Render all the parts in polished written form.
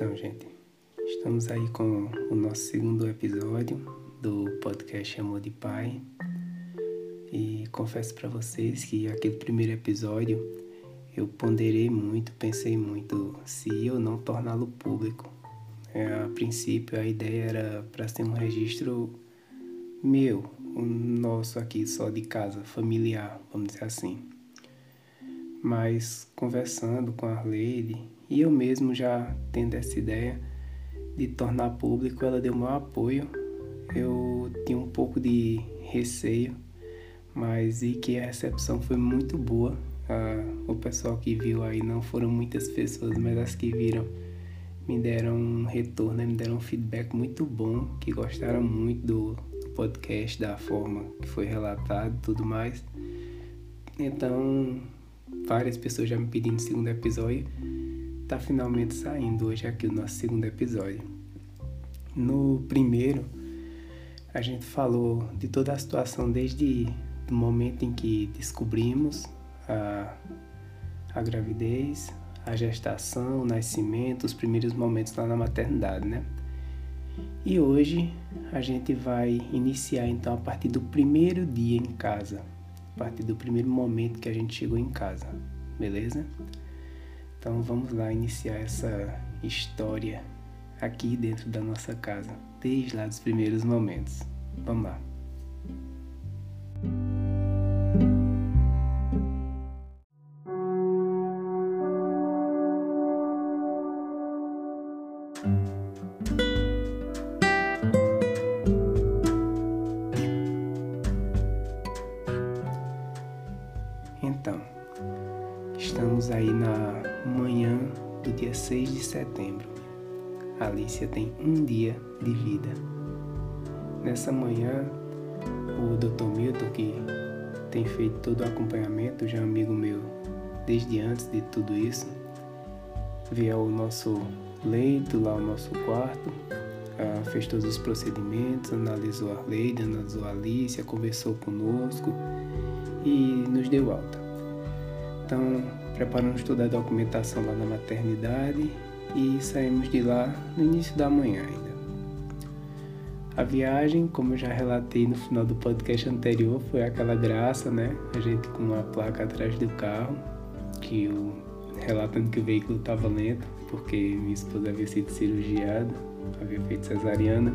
Então, gente, estamos aí com o nosso segundo episódio do podcast Amor de Pai. E confesso para vocês que aquele primeiro episódio eu ponderei muito, pensei muito se eu não torná-lo público. A princípio a ideia era para ser um registro meu, o nosso aqui só de casa, familiar, vamos dizer assim. Mas conversando com a Arleide e eu mesmo já tendo essa ideia de tornar público, ela deu meu apoio. Eu tinha um pouco de receio, mas vi que a recepção foi muito boa. O pessoal que viu aí, não foram muitas pessoas, mas as que viram me deram um retorno, me deram um feedback muito bom, que gostaram muito do podcast, da forma que foi relatado e tudo mais. Então, várias pessoas já me pedindo o segundo episódio. Tá finalmente saindo hoje aqui o nosso segundo episódio. No primeiro, a gente falou de toda a situação desde o momento em que descobrimos a gravidez, a gestação, o nascimento, os primeiros momentos lá na maternidade, né? E hoje a gente vai iniciar então a partir do primeiro dia em casa, a partir do primeiro momento que a gente chegou em casa, beleza? Então vamos lá iniciar essa história aqui dentro da nossa casa, desde lá dos primeiros momentos. Vamos lá. Então, estamos aí na manhã do dia 6 de setembro. A Alicia tem um dia de vida. Nessa manhã, o Dr. Milton, que tem feito todo o acompanhamento, já é amigo meu desde antes de tudo isso, veio ao nosso leito, lá ao nosso quarto, fez todos os procedimentos, analisou a Arleide, analisou a Alicia, conversou conosco e nos deu alta. Então, preparamos toda a documentação lá na maternidade e saímos de lá no início da manhã ainda. A viagem, como eu já relatei no final do podcast anterior, foi aquela graça, né? A gente com uma placa atrás do carro, relatando que o veículo estava lento, porque minha esposa havia sido cirurgiada, havia feito cesariana.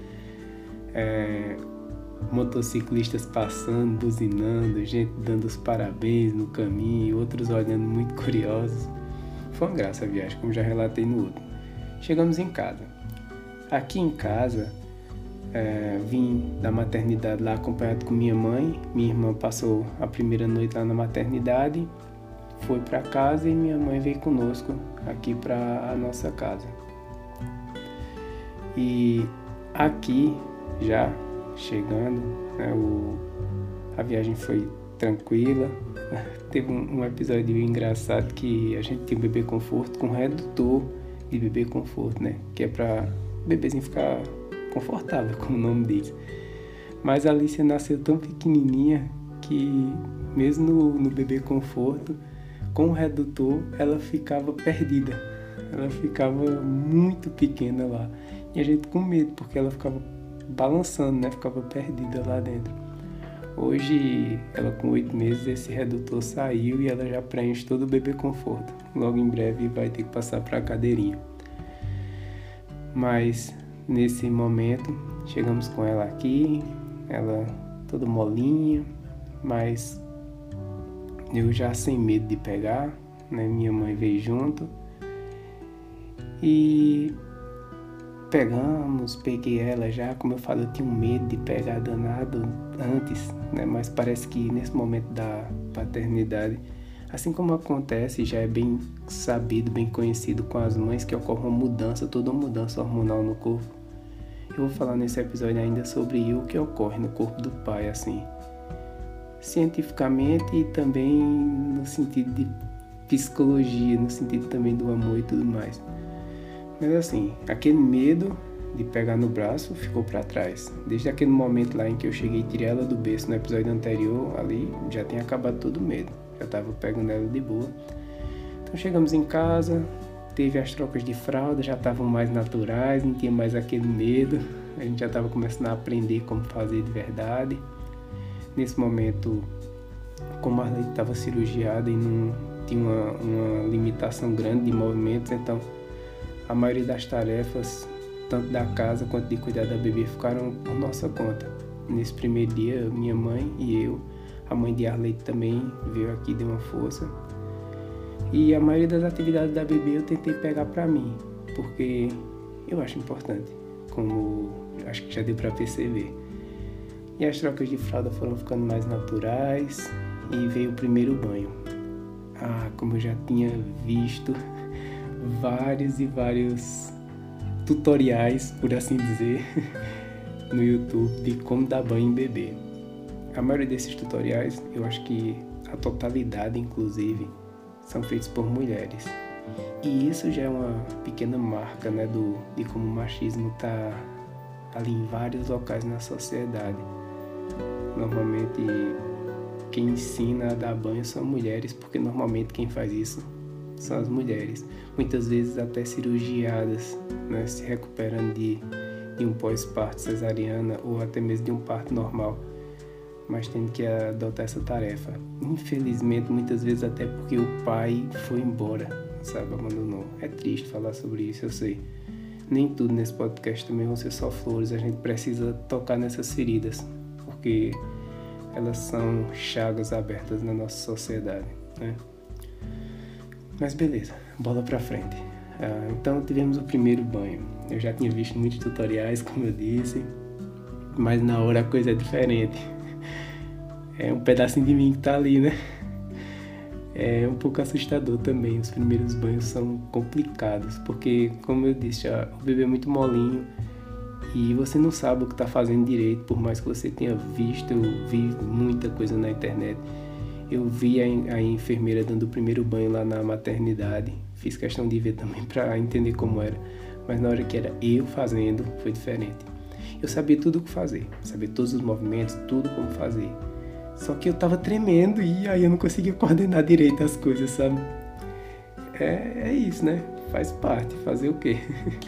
Motociclistas passando, buzinando, gente dando os parabéns no caminho, outros olhando muito curiosos. Foi uma graça a viagem, como já relatei no outro. Chegamos em casa. Aqui em casa, vim da maternidade lá acompanhado com minha mãe. Minha irmã passou a primeira noite lá na maternidade, foi para casa e minha mãe veio conosco aqui para a nossa casa. E aqui já chegando, né, a viagem foi tranquila. Teve um episódio engraçado que a gente tinha um bebê conforto com redutor de bebê conforto, né, que é para o bebezinho ficar confortável, como o nome diz. Mas a Alicia nasceu tão pequenininha que mesmo no bebê conforto, com o redutor, ela ficava perdida. Ela ficava muito pequena lá. E a gente com medo, porque ela ficava balançando, né? Ficava perdida lá dentro. Hoje, ela com 8 meses, esse redutor saiu e ela já preenche todo o bebê conforto. Logo em breve vai ter que passar para a cadeirinha. Mas nesse momento, chegamos com ela aqui, ela toda molinha, mas eu já sem medo de pegar, né? Minha mãe veio junto e peguei ela já, como eu falo, eu tinha um medo de pegar danado antes, né? Mas parece que nesse momento da paternidade, assim como acontece, já é bem sabido, bem conhecido com as mães, que ocorre uma mudança, toda uma mudança hormonal no corpo. Eu vou falar nesse episódio ainda sobre o que ocorre no corpo do pai, assim, cientificamente e também no sentido de psicologia, no sentido também do amor e tudo mais. Mas assim, aquele medo de pegar no braço ficou para trás. Desde aquele momento lá em que eu cheguei e tirei ela do berço no episódio anterior, ali já tinha acabado todo o medo. Já estava pegando ela de boa. Então chegamos em casa, teve as trocas de fralda, já estavam mais naturais, não tinha mais aquele medo, a gente já estava começando a aprender como fazer de verdade. Nesse momento, como a Arlete estava cirurgiada e não tinha uma limitação grande de movimentos, então a maioria das tarefas, tanto da casa quanto de cuidar da bebê, ficaram por nossa conta. Nesse primeiro dia, minha mãe e eu, a mãe de Arlete também veio aqui, deu uma força. E a maioria das atividades da bebê eu tentei pegar para mim, porque eu acho importante, como acho que já deu para perceber. E as trocas de fralda foram ficando mais naturais e veio o primeiro banho. Como eu já tinha visto vários e vários tutoriais, por assim dizer, no YouTube de como dar banho em bebê. A maioria desses tutoriais, eu acho que a totalidade, inclusive, são feitos por mulheres. E isso já é uma pequena marca, né, de como o machismo está ali em vários locais na sociedade. Normalmente, quem ensina a dar banho são mulheres, porque normalmente quem faz isso são as mulheres. Muitas vezes até cirurgiadas, né, se recuperando de um pós-parto cesariana ou até mesmo de um parto normal, mas tendo que adotar essa tarefa. Infelizmente, muitas vezes até porque o pai foi embora, sabe, abandonou. É triste falar sobre isso, eu sei. Nem tudo nesse podcast também vão ser só flores, a gente precisa tocar nessas feridas, porque elas são chagas abertas na nossa sociedade, né? Mas beleza, bola pra frente. Então tivemos o primeiro banho. Eu já tinha visto muitos tutoriais, como eu disse, mas na hora a coisa é diferente. É um pedacinho de mim que tá ali, né? É um pouco assustador também. Os primeiros banhos são complicados, porque, como eu disse, o bebê é muito molinho e você não sabe o que tá fazendo direito, por mais que você tenha visto. Eu vi muita coisa na internet. Eu vi a enfermeira dando o primeiro banho lá na maternidade. Fiz questão de ver também para entender como era. Mas na hora que era eu fazendo, foi diferente. Eu sabia tudo o que fazer, sabia todos os movimentos, tudo como fazer. Só que eu tava tremendo e aí eu não conseguia coordenar direito as coisas, sabe? É isso, né? Faz parte, fazer o quê?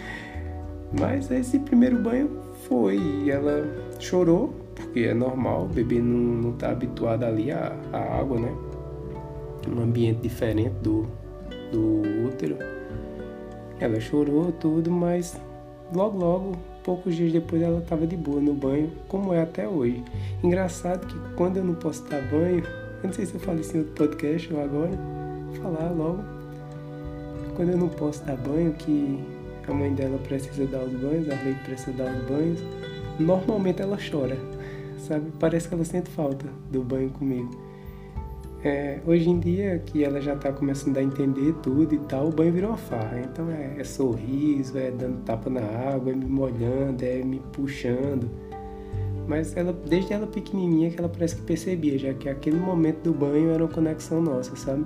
Mas esse primeiro banho foi, e ela chorou, porque é normal, o bebê não tá habituado ali à água, né? Um ambiente diferente do útero. Ela chorou tudo, mas logo, poucos dias depois ela estava de boa no banho, como é até hoje. Engraçado que quando eu não posso dar banho, eu não sei se eu falo isso em outro podcast ou agora, vou falar logo. Quando eu não posso dar banho, que a mãe dela precisa dar os banhos, a Arlete precisa dar os banhos, normalmente ela chora, sabe? Parece que ela sente falta do banho comigo. Hoje em dia, que ela já está começando a entender tudo e tal, o banho virou uma farra. Então é sorriso, é dando tapa na água, é me molhando, é me puxando. Mas desde ela pequenininha que ela parece que percebia, já que aquele momento do banho era uma conexão nossa, sabe?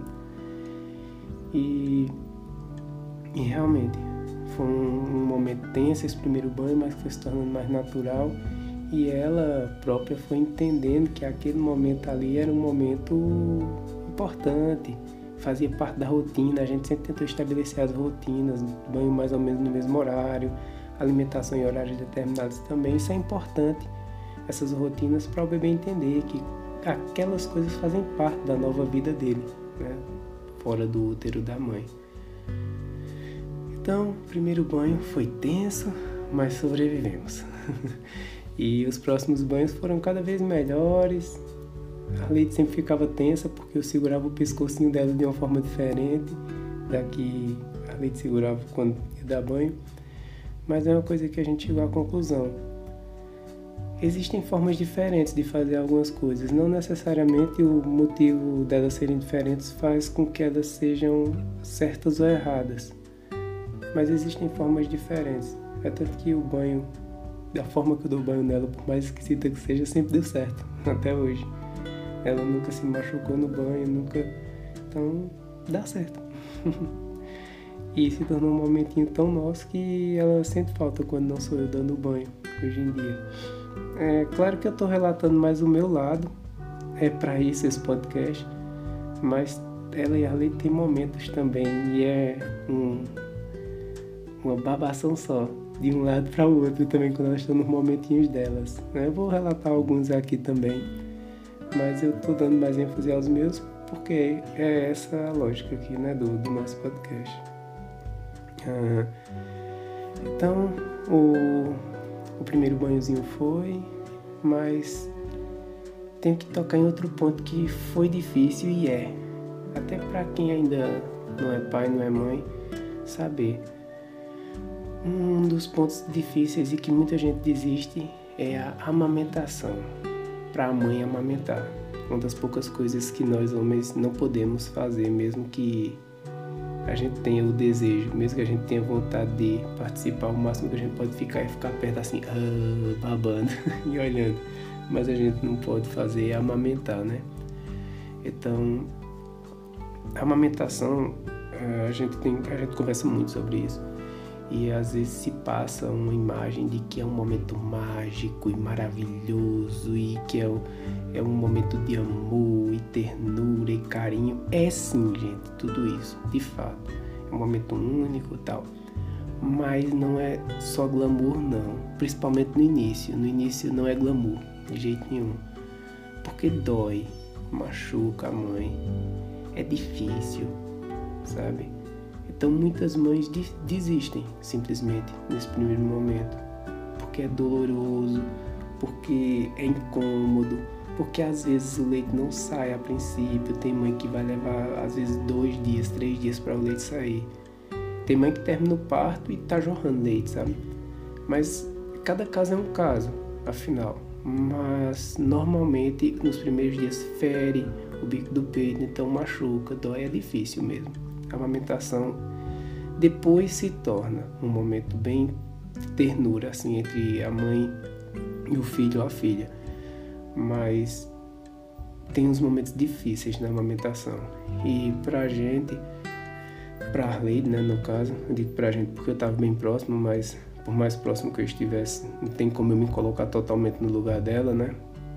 E realmente foi um momento tenso esse primeiro banho, mas foi se tornando mais natural. E ela própria foi entendendo que aquele momento ali era um momento importante, fazia parte da rotina. A gente sempre tentou estabelecer as rotinas, banho mais ou menos no mesmo horário, alimentação em horários determinados também. Isso é importante, essas rotinas, para o bebê entender que aquelas coisas fazem parte da nova vida dele, né? Fora do útero da mãe. Então, o primeiro banho foi tenso, mas sobrevivemos. E os próximos banhos foram cada vez melhores. A Arlete sempre ficava tensa porque eu segurava o pescocinho dela de uma forma diferente da que a Arlete segurava quando ia dar banho. Mas é uma coisa que a gente chegou à conclusão. Existem formas diferentes de fazer algumas coisas. Não necessariamente o motivo delas serem diferentes faz com que elas sejam certas ou erradas. Mas existem formas diferentes. É tanto que o banho, da forma que eu dou banho nela, por mais esquisita que seja, sempre deu certo, até hoje. Ela nunca se machucou no banho, nunca... Então, dá certo. E se tornou um momentinho tão nosso que ela sente falta quando não sou eu dando banho, hoje em dia. É claro que eu estou relatando mais o meu lado, é para isso esse podcast, mas ela e a Arlete têm momentos também, e é uma babação só, de um lado para o outro também, quando elas estão nos momentinhos delas. Eu vou relatar alguns aqui também, mas eu tô dando mais ênfase aos meus, porque é essa a lógica aqui, né, do nosso podcast. Então, o primeiro banhozinho foi, mas tenho que tocar em outro ponto que foi difícil e até para quem ainda não é pai, não é mãe, saber. Um dos pontos difíceis e que muita gente desiste é a amamentação, para a mãe amamentar. Uma das poucas coisas que nós homens não podemos fazer, mesmo que a gente tenha o desejo, mesmo que a gente tenha vontade de participar, o máximo que a gente pode ficar é ficar perto assim, babando e olhando. Mas a gente não pode fazer é amamentar, né? Então, a amamentação, a gente conversa muito sobre isso. E às vezes se passa uma imagem de que é um momento mágico e maravilhoso e que é um momento de amor e ternura e carinho. É sim, gente, tudo isso, de fato. É um momento único e tal. Mas não é só glamour, não. Principalmente no início. No início não é glamour, de jeito nenhum. Porque dói, machuca a mãe. É difícil, sabe? Então muitas mães desistem simplesmente nesse primeiro momento, porque é doloroso, porque é incômodo, porque às vezes o leite não sai a princípio. Tem mãe que vai levar às vezes 2 dias, 3 dias para o leite sair. Tem mãe que termina o parto e tá jorrando leite, sabe? Mas cada caso é um caso, afinal. Mas normalmente nos primeiros dias fere o bico do peito, então machuca, dói, é difícil mesmo. A amamentação depois se torna um momento bem ternura, assim, entre a mãe e o filho ou a filha. Mas tem uns momentos difíceis na amamentação. E pra gente, pra Arleide, né, no caso, eu digo pra gente porque eu tava bem próximo, mas por mais próximo que eu estivesse, não tem como eu me colocar totalmente no lugar dela, né?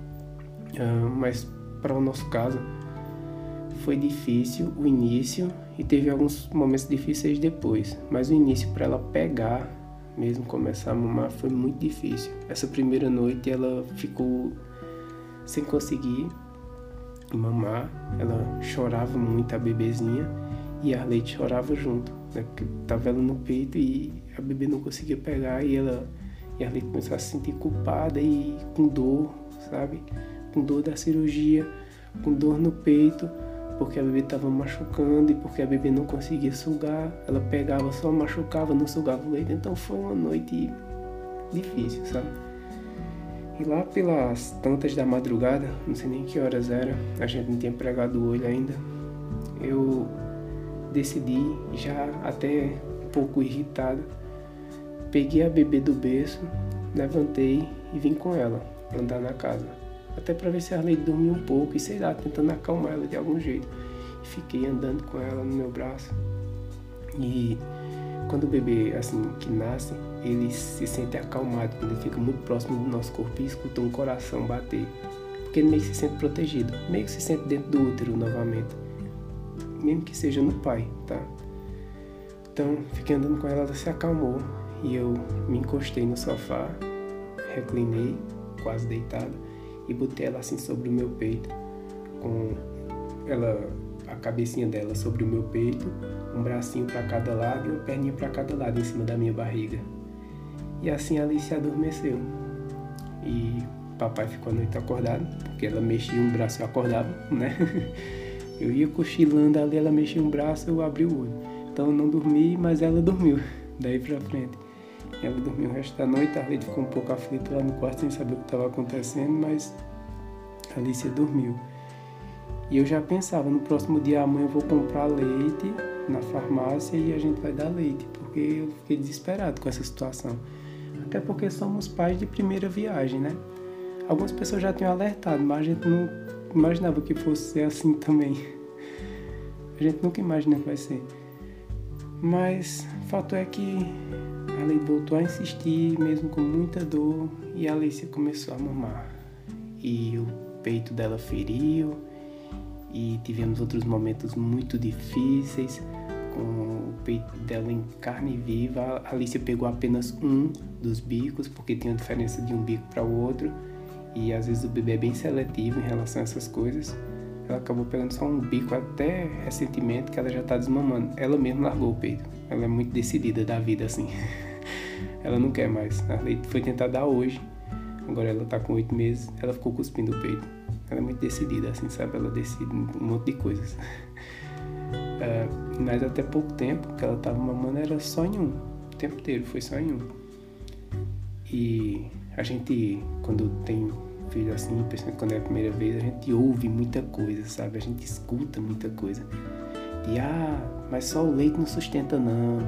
Mas para o nosso caso, foi difícil o início e teve alguns momentos difíceis depois. Mas o início, para ela pegar, mesmo começar a mamar, foi muito difícil. Essa primeira noite ela ficou sem conseguir mamar, ela chorava muito, a bebezinha, e a Arleide chorava junto, né? Porque tava ela no peito e a bebê não conseguia pegar, e a Arleide começou a se sentir culpada e com dor, sabe? Com dor da cirurgia, com dor no peito, porque a bebê estava machucando e porque a bebê não conseguia sugar. Ela pegava, só machucava, não sugava o leite. Então foi uma noite difícil, sabe? E lá pelas tantas da madrugada, não sei nem que horas era, a gente não tinha pregado o olho ainda, eu decidi, já até um pouco irritado, peguei a bebê do berço, levantei e vim com ela andar na casa. Até para ver se a Arleide dormia um pouco e sei lá, tentando acalmar ela de algum jeito. E fiquei andando com ela no meu braço. E quando o bebê, assim, que nasce, ele se sente acalmado, quando ele fica muito próximo do nosso corpo e escuta um coração bater. Porque ele meio que se sente protegido, meio que se sente dentro do útero novamente. Mesmo que seja no pai, tá? Então, fiquei andando com ela, ela se acalmou. E eu me encostei no sofá, reclinei, quase deitado, e botei ela assim sobre o meu peito, com a cabecinha dela sobre o meu peito, um bracinho para cada lado e uma perninha para cada lado em cima da minha barriga. E assim a Alice adormeceu. E papai ficou a noite acordado, porque ela mexia um braço e eu acordava, né? Eu ia cochilando ali, ela mexia um braço, eu abri o olho. Então eu não dormi, mas ela dormiu, daí pra frente. Ela dormiu o resto da noite, a Arleide ficou um pouco aflita lá no quarto sem saber o que estava acontecendo, mas a Alicia dormiu. E eu já pensava, no próximo dia amanhã eu vou comprar leite na farmácia e a gente vai dar leite, porque eu fiquei desesperado com essa situação. Até porque somos pais de primeira viagem, né? Algumas pessoas já tinham alertado, mas a gente não imaginava que fosse ser assim também. A gente nunca imagina que vai ser. Mas o fato é que a Arleide voltou a insistir, mesmo com muita dor, e a Alicia começou a mamar. E o peito dela feriu, e tivemos outros momentos muito difíceis, com o peito dela em carne viva. A Alicia pegou apenas um dos bicos, porque tem uma diferença de um bico para o outro, e às vezes o bebê é bem seletivo em relação a essas coisas. Ela acabou pegando só um bico até recentemente, que ela já tá desmamando. Ela mesma largou o peito. Ela é muito decidida da vida, assim. Ela não quer mais. A Leite foi tentar dar hoje. Agora ela tá com 8 meses, ela ficou cuspindo o peito. Ela é muito decidida, assim, sabe? Ela decide um monte de coisas. Mas até pouco tempo que ela tava mamando era só em um. O tempo inteiro foi só em um. E a gente, quando tem filho assim, principalmente quando é a primeira vez, a gente ouve muita coisa, sabe? A gente escuta muita coisa. E mas só o leite não sustenta não.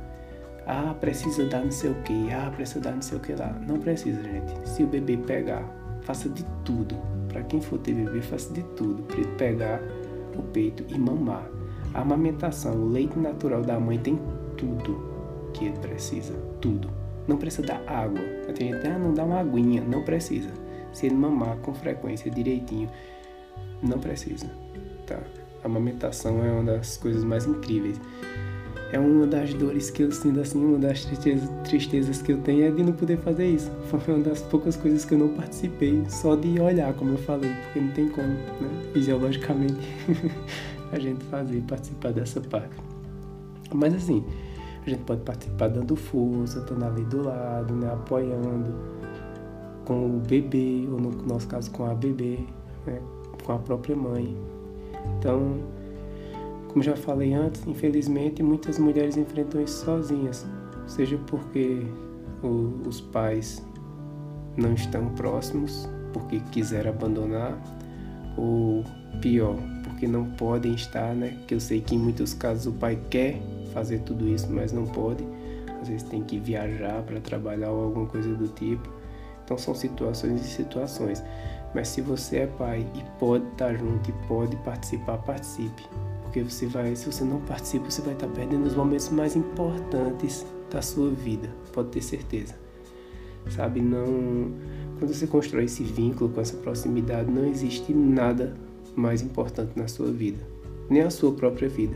Precisa dar não sei o que. Precisa dar não sei o que lá. Não precisa, gente. Se o bebê pegar, faça de tudo. Pra quem for ter bebê, faça de tudo pra ele pegar o peito e mamar. A amamentação, o leite natural da mãe tem tudo que ele precisa. Tudo. Não precisa dar água. Tem gente, não dá uma aguinha. Não precisa. Se ele mamar com frequência, direitinho, não precisa, tá? A amamentação é uma das coisas mais incríveis. É uma das dores que eu sinto, assim, uma das tristezas que eu tenho é de não poder fazer isso. Foi uma das poucas coisas que eu não participei, só de olhar, como eu falei, porque não tem como, né, fisiologicamente, a gente participar dessa parte. Mas assim, a gente pode participar dando força, estando ali do lado, né, apoiando, com o bebê, ou no nosso caso com a bebê, né, com a própria mãe. Então, como já falei antes, infelizmente muitas mulheres enfrentam isso sozinhas, seja porque os pais não estão próximos, porque quiseram abandonar, ou pior, porque não podem estar, né? Que eu sei que em muitos casos o pai quer fazer tudo isso, mas não pode. Às vezes tem que viajar para trabalhar ou alguma coisa do tipo. Então são situações e situações. Mas se você é pai e pode estar junto e pode participar, participe. Porque se você não participa, você vai estar perdendo os momentos mais importantes da sua vida. Pode ter certeza. Sabe, quando você constrói esse vínculo com essa proximidade, não existe nada mais importante na sua vida. Nem a sua própria vida.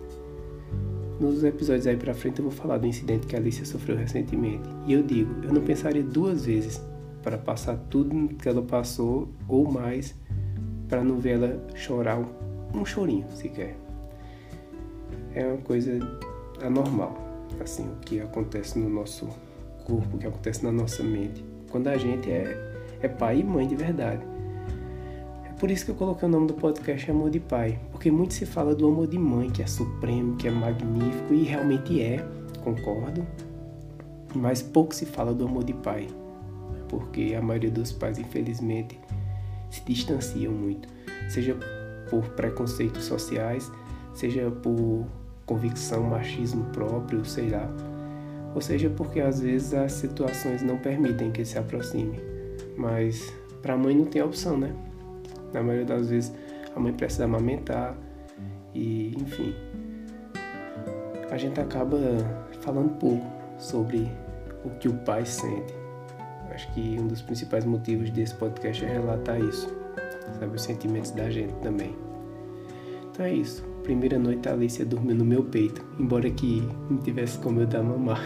Nos episódios aí pra frente eu vou falar do incidente que a Alicia sofreu recentemente. E eu digo, eu não pensaria 2 vezes para passar tudo que ela passou ou mais para não ver ela chorar um chorinho sequer. É uma coisa anormal, assim, o que acontece no nosso corpo, o que acontece na nossa mente, quando a gente é pai e mãe de verdade. É por isso que eu coloquei o nome do podcast Amor de Pai, porque muito se fala do amor de mãe, que é supremo, que é magnífico, e realmente concordo, mas pouco se fala do amor de pai, porque a maioria dos pais, infelizmente, se distanciam muito, seja por preconceitos sociais, seja por convicção, machismo próprio, sei lá, ou seja porque às vezes as situações não permitem que ele se aproxime, mas para a mãe não tem opção, né? Na maioria das vezes a mãe precisa amamentar e, enfim, a gente acaba falando pouco sobre o que o pai sente. Acho que um dos principais motivos desse podcast é relatar isso, sabe, os sentimentos da gente também. Então é isso. Primeira noite a Alicia dormiu no meu peito, embora que não tivesse como eu dar mamar.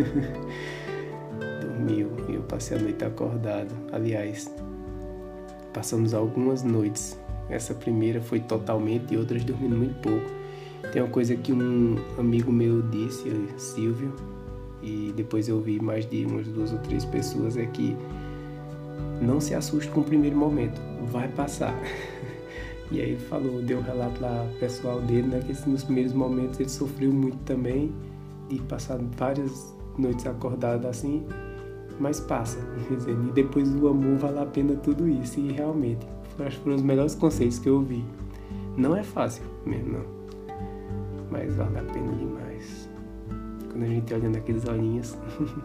Dormiu e eu passei a noite acordado. Aliás, passamos algumas noites. Essa primeira foi totalmente e outras dormindo muito pouco. Tem uma coisa que um amigo meu disse, Silvio, e depois eu vi mais de umas 2 ou 3 pessoas, é que não se assuste com o primeiro momento, vai passar. E aí ele falou, deu um relato lá pessoal dele, né, que nos primeiros momentos ele sofreu muito também, de passar várias noites acordado assim, mas passa, e depois o amor vale a pena tudo isso, e realmente, acho que foram os melhores conceitos que eu ouvi. Não é fácil mesmo, não, mas vale a pena demais. Quando a gente olha naqueles olhinhos.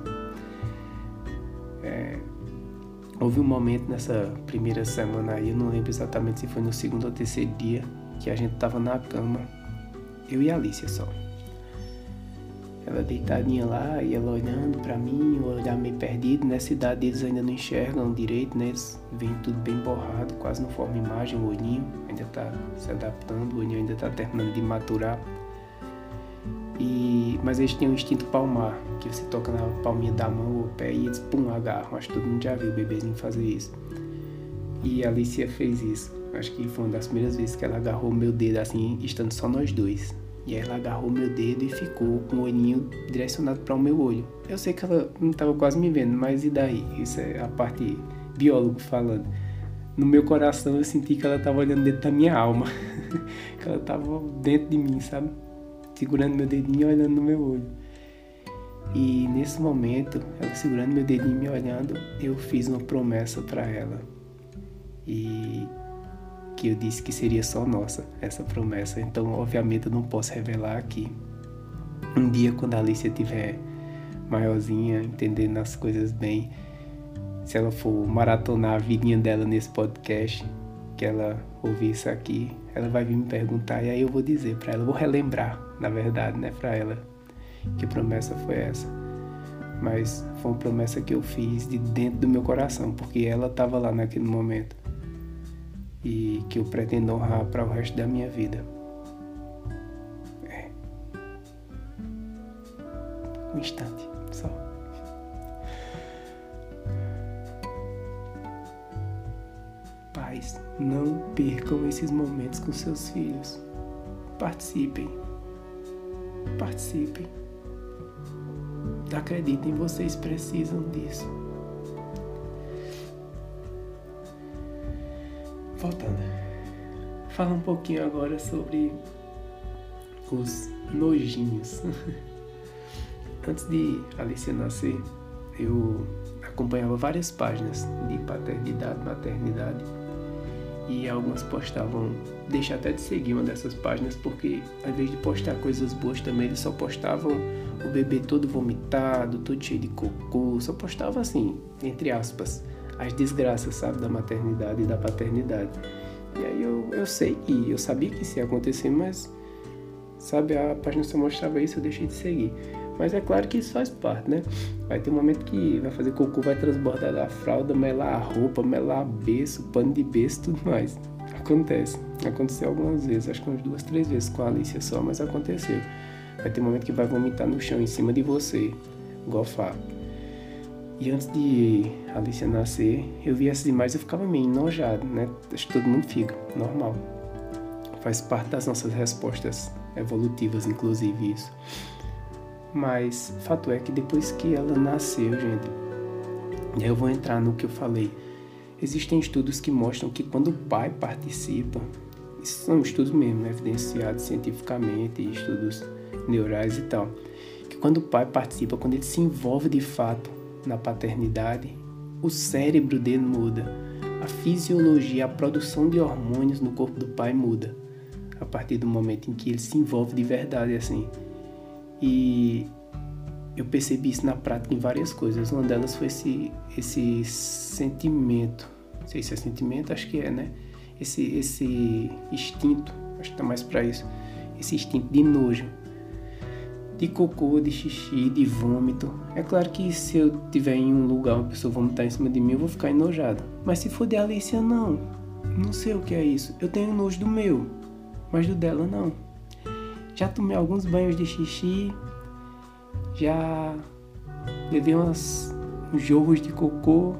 Houve um momento nessa primeira semana aí, eu não lembro exatamente se foi no 2º ou 3º dia, que a gente tava na cama, eu e a Alicia só. Ela deitadinha lá e ela olhando pra mim, o olhar meio perdido. Nessa idade eles ainda não enxergam direito, né? Eles veem tudo bem borrado, quase não forma imagem, o olhinho ainda tá se adaptando, o olhinho ainda tá terminando de maturar. Mas eles têm um instinto palmar, que você toca na palminha da mão ou pé e eles agarram. Acho que todo mundo já viu o bebezinho fazer isso. E a Alicia fez isso. Acho que foi uma das primeiras vezes que ela agarrou o meu dedo assim, estando só nós dois. E aí ela agarrou o meu dedo e ficou com o olhinho direcionado para o meu olho. Eu sei que ela não estava quase me vendo, mas e daí? Isso é a parte biólogo falando. No meu coração eu senti que ela estava olhando dentro da minha alma. Que ela estava dentro de mim, sabe? Segurando meu dedinho e olhando no meu olho. E nesse momento, ela segurando meu dedinho e me olhando, eu fiz uma promessa para ela. E que eu disse que seria só nossa, essa promessa. Então, obviamente, eu não posso revelar aqui. Um dia, quando a Alicia estiver maiorzinha, entendendo as coisas bem, se ela for maratonar a vidinha dela nesse podcast, que ela ouvir isso aqui, ela vai vir me perguntar e aí eu vou dizer pra ela, vou relembrar, na verdade, né, pra ela, que promessa foi essa. Mas foi uma promessa que eu fiz de dentro do meu coração, porque ela estava lá naquele momento. E que eu pretendo honrar para o resto da minha vida. Um instante, só. Pais, não percam esses momentos com seus filhos. Participem. Participem. Acreditem, vocês precisam disso. Voltando, fala um pouquinho agora sobre os nojinhos. Antes de Alicia nascer, eu acompanhava várias páginas de paternidade, maternidade, e algumas postavam, deixa até de seguir uma dessas páginas, porque ao invés de postar coisas boas também, eles só postavam o bebê todo vomitado, todo cheio de cocô, só postava assim, entre aspas, as desgraças, sabe, da maternidade e da paternidade. E aí eu sabia que isso ia acontecer, mas, sabe, a página só mostrava isso, eu deixei de seguir. Mas é claro que isso faz parte, né? Vai ter um momento que vai fazer cocô, vai transbordar da fralda, melar a roupa, melar berço, pano de berço, tudo mais. Acontece. Aconteceu algumas vezes, acho que umas 2, 3 vezes com a Alicia só, mas aconteceu. Vai ter um momento que vai vomitar no chão, em cima de você, gofar. E antes de Alicia nascer, eu vi essas imagens e eu ficava meio enojado, né? Acho que todo mundo fica, normal. Faz parte das nossas respostas evolutivas, inclusive isso. Mas fato é que depois que ela nasceu, gente, eu vou entrar no que eu falei. Existem estudos que mostram que quando o pai participa, isso são estudos mesmo, evidenciados cientificamente, estudos neurais e tal, que quando o pai participa, quando ele se envolve de fato na paternidade, o cérebro dele muda, a fisiologia, a produção de hormônios no corpo do pai muda, a partir do momento em que ele se envolve de verdade, assim. E eu percebi isso na prática em várias coisas. Uma delas foi esse sentimento, não sei se é sentimento, acho que é, né? Esse instinto, acho que tá mais pra isso, esse instinto de nojo, de cocô, de xixi, de vômito. É claro que se eu estiver em um lugar uma pessoa vomitar em cima de mim, eu vou ficar enojado. Mas se for de Alicia, não sei o que é isso. Eu tenho nojo do meu, mas do dela não. Já tomei alguns banhos de xixi, já levei uns jorros de cocô,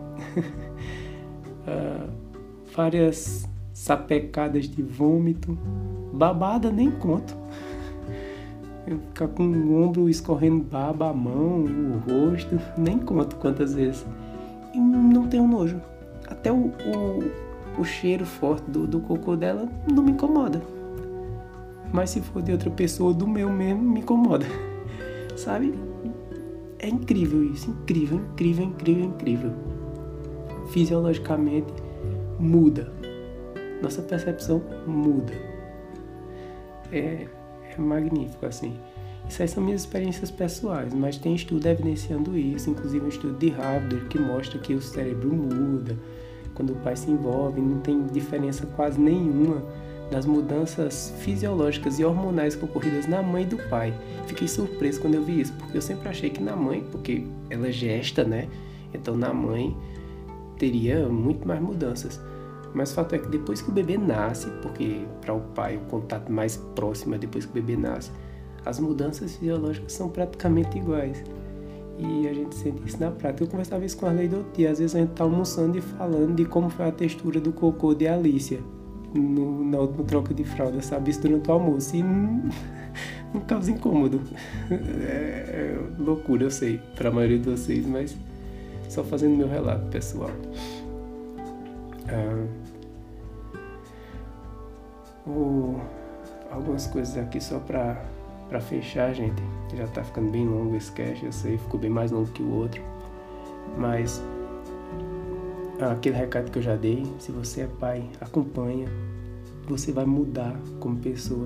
várias sapecadas de vômito, babada nem conto. Eu ficar com o ombro escorrendo baba, a mão, o rosto, nem conto quantas vezes. E não tenho nojo. Até o cheiro forte do cocô dela não me incomoda. Mas se for de outra pessoa, do meu mesmo, me incomoda. Sabe? É incrível isso. Incrível. Fisiologicamente, muda. Nossa percepção muda. É magnífico, assim. Isso aí são minhas experiências pessoais, mas tem estudo evidenciando isso, inclusive um estudo de Harvard que mostra que o cérebro muda quando o pai se envolve, não tem diferença quase nenhuma das mudanças fisiológicas e hormonais ocorridas na mãe e do pai. Fiquei surpreso quando eu vi isso, porque eu sempre achei que na mãe, porque ela gesta, né? Então na mãe teria muito mais mudanças. Mas o fato é que depois que o bebê nasce, porque para o pai o contato mais próximo é depois que o bebê nasce, as mudanças fisiológicas são praticamente iguais. E a gente sente isso na prática. Eu conversava isso com a Arleide outro dia. Às vezes a gente tá almoçando e falando de como foi a textura do cocô de Alicia na última troca de fralda, sabe? Isso durante o almoço. E não causa incômodo. É loucura, eu sei, pra maioria de vocês, mas só fazendo meu relato pessoal. Algumas coisas aqui só pra fechar, gente. Já tá ficando bem longo esse cast, eu sei, ficou bem mais longo que o outro. Mas aquele recado que eu já dei, se você é pai, acompanha. Você vai mudar como pessoa.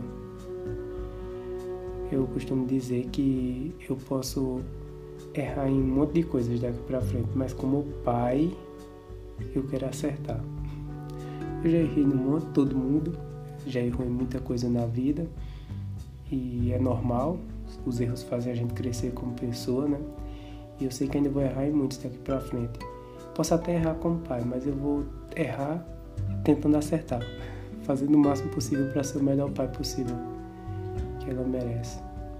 Eu costumo dizer que eu posso errar em um monte de coisas daqui pra frente, mas como pai, eu quero acertar. Eu já errei no monte, todo mundo já errou em muita coisa na vida. E é normal, os erros fazem a gente crescer como pessoa, né? E eu sei que ainda vou errar em muitos daqui pra frente. Posso até errar como pai, mas eu vou errar tentando acertar, fazendo o máximo possível para ser o melhor pai possível que ela merece.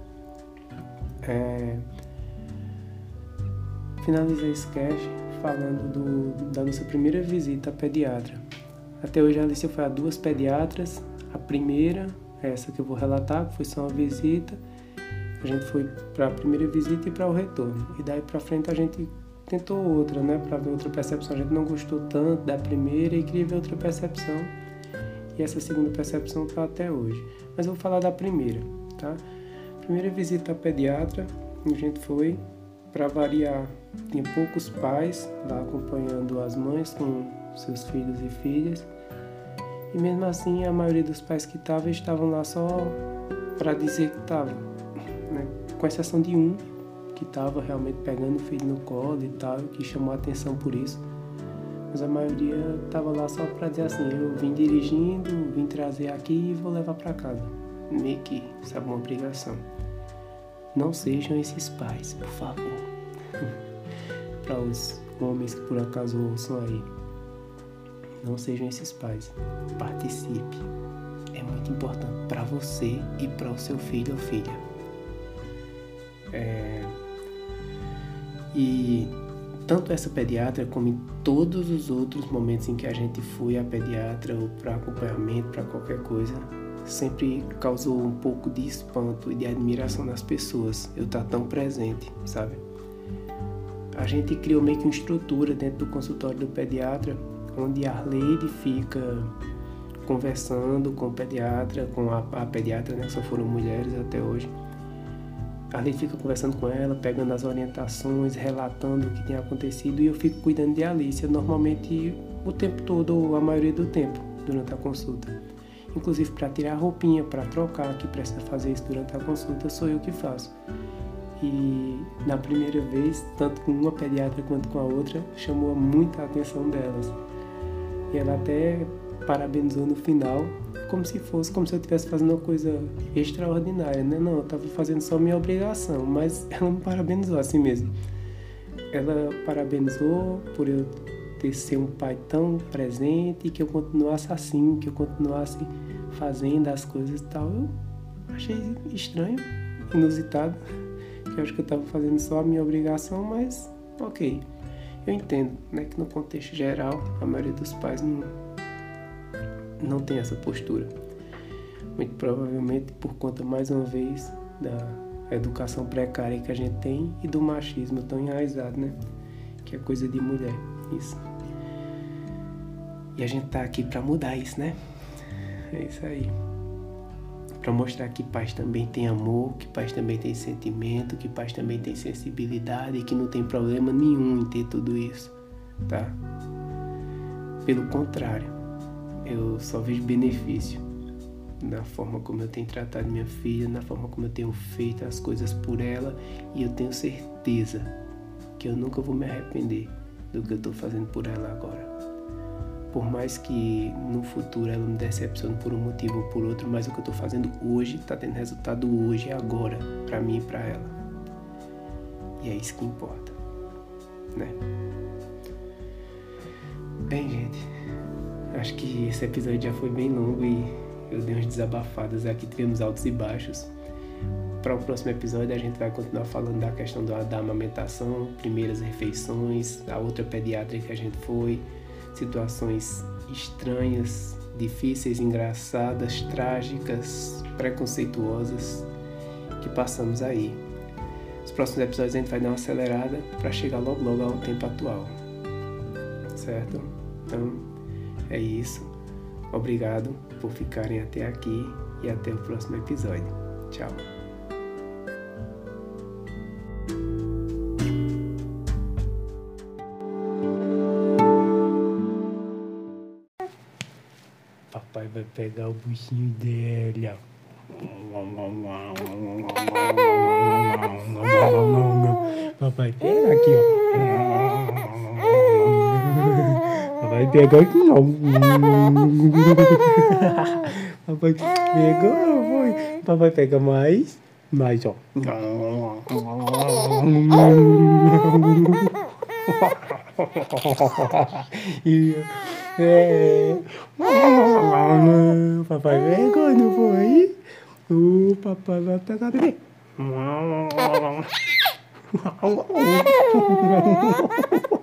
Finalizei esse cast falando da nossa primeira visita à pediatra. Até hoje a Alicia foi a 2 pediatras. A primeira, essa que eu vou relatar, que foi só uma visita. A gente foi para a primeira visita e para o retorno. E daí para frente a gente tentou outra, né? Para ver outra percepção. A gente não gostou tanto da primeira e queria ver outra percepção. E essa segunda percepção está até hoje. Mas eu vou falar da primeira, tá? Primeira visita à pediatra, a gente foi, para variar, tinha poucos pais lá acompanhando as mães com seus filhos e filhas. E mesmo assim, a maioria dos pais que estavam lá só para dizer que estavam, né? Com exceção de um que estava realmente pegando o filho no colo e tal, que chamou a atenção por isso. Mas a maioria estava lá só para dizer assim, eu vim dirigindo, vim trazer aqui e vou levar para casa. Meio que, sabe, uma obrigação. Não sejam esses pais, por favor. Para os homens que por acaso ouçam aí. Não sejam esses pais. Participe. É muito importante para você e para o seu filho ou filha. E tanto essa pediatra como em todos os outros momentos em que a gente foi à pediatra ou para acompanhamento, para qualquer coisa, sempre causou um pouco de espanto e de admiração nas pessoas. Eu estar tão presente, sabe? A gente criou meio que uma estrutura dentro do consultório do pediatra, onde a Arleide fica conversando com o pediatra, com a pediatra, né, que só foram mulheres até hoje. A Arleide fica conversando com ela, pegando as orientações, relatando o que tem acontecido, e eu fico cuidando de Alicia, normalmente o tempo todo, ou a maioria do tempo, durante a consulta. Inclusive para tirar a roupinha, para trocar, que precisa fazer isso durante a consulta, sou eu que faço. E na primeira vez, tanto com uma pediatra quanto com a outra, chamou muita atenção delas. E ela até parabenizou no final, como se eu estivesse fazendo uma coisa extraordinária, né? Não, eu estava fazendo só minha obrigação, mas ela me parabenizou assim mesmo. Ela parabenizou por eu ter sido um pai tão presente e que eu continuasse assim, que eu continuasse fazendo as coisas e tal. Eu achei estranho, inusitado, que eu acho que eu estava fazendo só a minha obrigação, mas ok. Eu entendo, né, que no contexto geral, a maioria dos pais não tem essa postura. Muito provavelmente por conta, mais uma vez, da educação precária que a gente tem e do machismo tão enraizado, né? Que é coisa de mulher, isso. E a gente tá aqui pra mudar isso, né? É isso aí. Pra mostrar que pais também têm amor, que pais também têm sentimento, que pais também têm sensibilidade e que não tem problema nenhum em ter tudo isso, tá? Pelo contrário, eu só vejo benefício na forma como eu tenho tratado minha filha, na forma como eu tenho feito as coisas por ela, e eu tenho certeza que eu nunca vou me arrepender do que eu estou fazendo por ela agora. Por mais que no futuro ela me decepcione por um motivo ou por outro, mas o que eu estou fazendo hoje está tendo resultado hoje, agora, para mim e para ela. E é isso que importa, né? Bem, gente, acho que esse episódio já foi bem longo e eu dei umas desabafadas aqui, tivemos altos e baixos. para o próximo episódio a gente vai continuar falando da questão da amamentação, primeiras refeições, a outra pediátrica que a gente foi, situações estranhas, difíceis, engraçadas, trágicas, preconceituosas que passamos aí. Nos próximos episódios a gente vai dar uma acelerada para chegar logo ao tempo atual, certo? Então é isso. Obrigado por ficarem até aqui e até o próximo episódio. Tchau. Papai vai pegar o buchinho dela. Papai pega aqui, ó. Papai pega aqui, ó. Papai pegou, foi. Papai pega mais, ó. Papai pegou, não foi? O papai vai pegar bebê.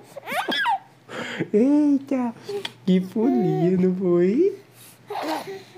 Eita, que folia, não foi?